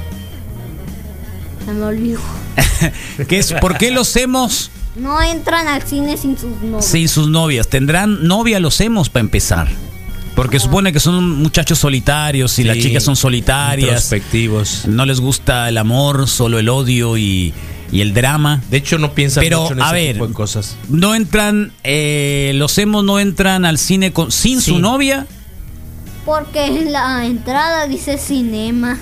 se me olvidó. ¿Qué es? ¿Por qué los emos no entran al cine sin sus novias? sin sus novias? ¿Tendrán novia los emos para empezar? Porque supone que son muchachos solitarios y Sí, las chicas son solitarias. Introspectivos. No les gusta el amor, solo el odio y, y el drama. De hecho, no piensan Pero, mucho en a ese ver, tipo de cosas. No entran, eh, los emos no entran al cine con, sin Sí. su novia. Porque en la entrada dice cinema.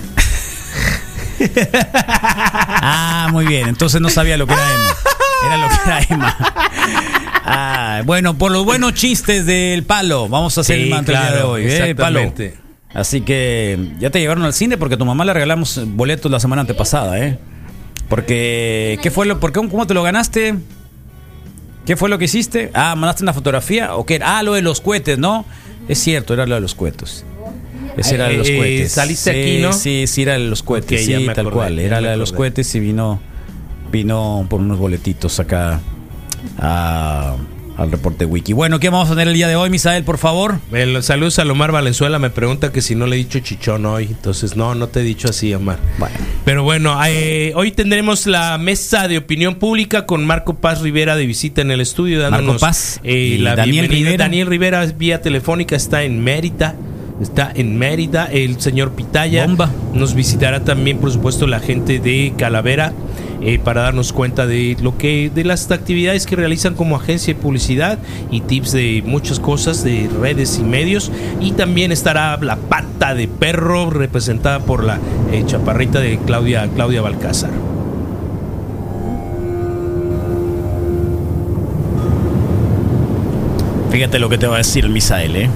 Ah, muy bien. Entonces no sabía lo que era emo. Era lo que era Emma. Ah, bueno, por los buenos chistes del Palo, vamos a hacer Sí, el mantra el día claro, de hoy, ¿eh, Palo? exactamente. Así que ya te llevaron al cine porque a tu mamá le regalamos boletos la semana antepasada, ¿eh? Porque, ¿qué fue lo, por qué, cómo te lo ganaste? ¿Qué fue lo que hiciste? Ah, ¿mandaste una fotografía? ¿O qué? Ah, lo de los cohetes, ¿no? Es cierto, era lo de los cohetes. Ese era de los Eh, cohetes. ¿saliste sí, aquí, no? Sí, sí, era de los cohetes, Ok, ya sí, me tal acordé, cual. ya Era me la de los acordé. cohetes y vino, vino por unos boletitos acá a, al reporte wiki. Bueno, ¿qué vamos a tener el día de hoy, Misael, por favor? El, saludos a Omar Valenzuela, me pregunta que si no le he dicho chichón hoy. Entonces, no, no te he dicho así, Omar. Bueno. Pero bueno, eh, hoy tendremos la mesa de opinión pública con Marco Paz Rivera de visita en el estudio. Dándonos, Marco Paz eh, y la Daniel bienvenida. Rivera. Daniel Rivera vía telefónica está en Mérida. Está en Mérida. El señor Pitaya Bomba. nos visitará también, por supuesto, la gente de Calavera. Eh, para darnos cuenta de lo que de las actividades que realizan como agencia de publicidad y tips de muchas cosas de redes y medios. Y también estará la pata de perro representada por la eh, chaparrita de Claudia Claudia Balcázar. Fíjate lo que te va a decir el Misael, ¿eh?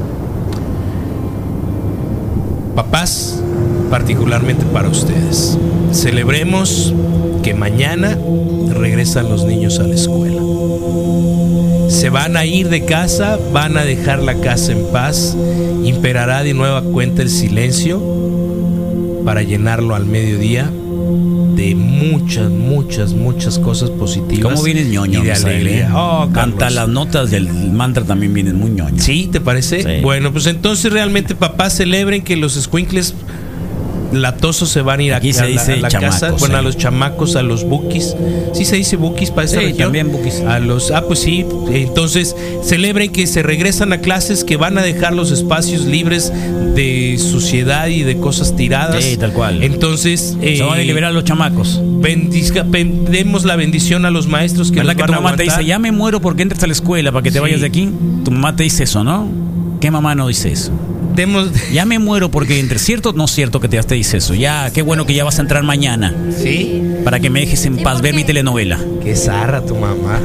Papás, particularmente para ustedes, celebremos que mañana regresan los niños a la escuela. Se van a ir de casa, van a dejar la casa en paz, imperará de nueva cuenta el silencio para llenarlo al mediodía de de muchas, muchas, muchas cosas positivas. ¿Cómo vienes ñoño? Y de alegría. Oh, Canta las notas del mantra también vienen muy ñoño. ¿Sí? ¿Te parece? Sí. Bueno, pues entonces realmente, papás, celebren que los escuincles latosos se van a ir Aquí a, se a la, dice a la chamacos, casa. Bueno, eh. a los chamacos, a los bukis. Sí se dice bukis para esta Sí, región. también bukis. A los, ah, pues sí. Entonces, celebren que se regresan a clases, que van a dejar los espacios libres de suciedad y de cosas tiradas. Sí, tal cual. Entonces, eh, Se van a liberar los chamacos. Bendizca, demos la bendición a los maestros que ¿Verdad nos que van tu a mamá te aguantar? dice, ya me muero porque entres a la escuela para que te Sí. vayas de aquí? Tu mamá te dice eso, ¿no? ¿Qué mamá no dice eso? Demos... Ya me muero porque entre cierto o no cierto que te, te dice eso. Ya, qué bueno que ya vas a entrar mañana. ¿Sí? Para que me dejes en Sí, paz ver porque- mi telenovela. Qué zarra tu mamá.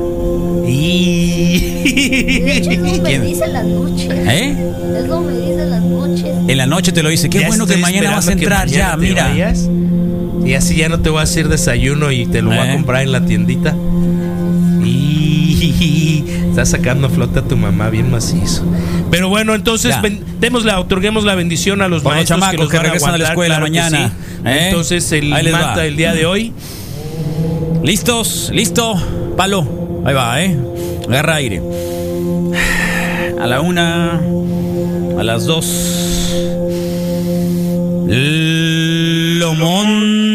Y... De hecho, eso me ¿Quién? dice las noches. ¿Eh? Eso me dice las noches. En la noche te lo dice. Qué Ya bueno que estoy mañana vas a esperando que entrar ya, mañana te mira. vayas. Y así ya no te voy a hacer desayuno y te lo voy a ¿Eh? comprar en la tiendita. Y está sacando a flote a tu mamá bien macizo. Pero bueno, entonces Ya. ben- démosle, otorguemos la bendición a los Por los maestros chamacos que nos que van a regresan a la aguantar, escuela claro que mañana. sí. ¿Eh? Entonces el Ahí les va. manta del día de hoy. ¿Listos? ¿Listo? Palo. Ahí va, ¿eh? Agarra aire. A la una. A las dos. Lomón.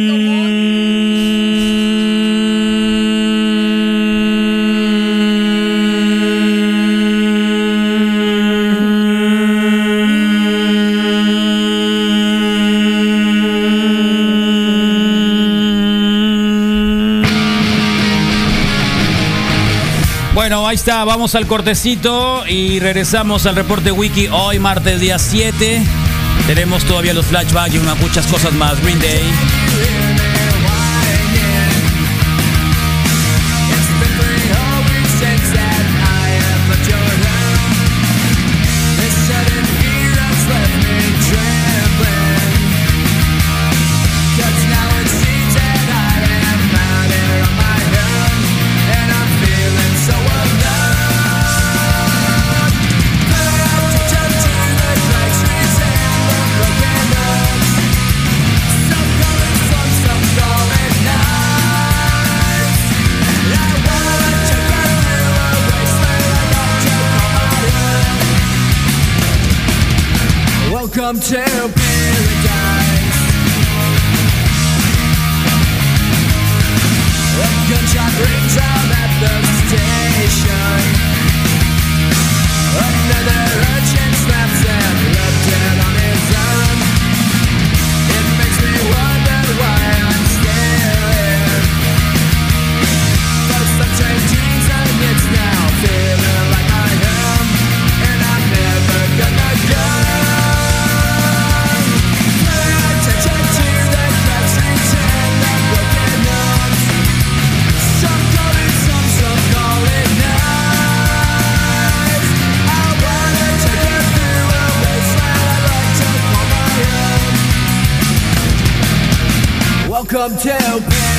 Bueno, ahí está, vamos al cortecito y regresamos al reporte wiki hoy martes día siete. Tenemos todavía los flashbacks y unas muchas cosas más. Green Day. Welcome to paradise. A gunshot rings out at the station. Another urchin snaps and left it on his own. It makes me wonder why I'm still here. First I changed jeans and it's now feeling like I am, and I'm never gonna go. Welcome to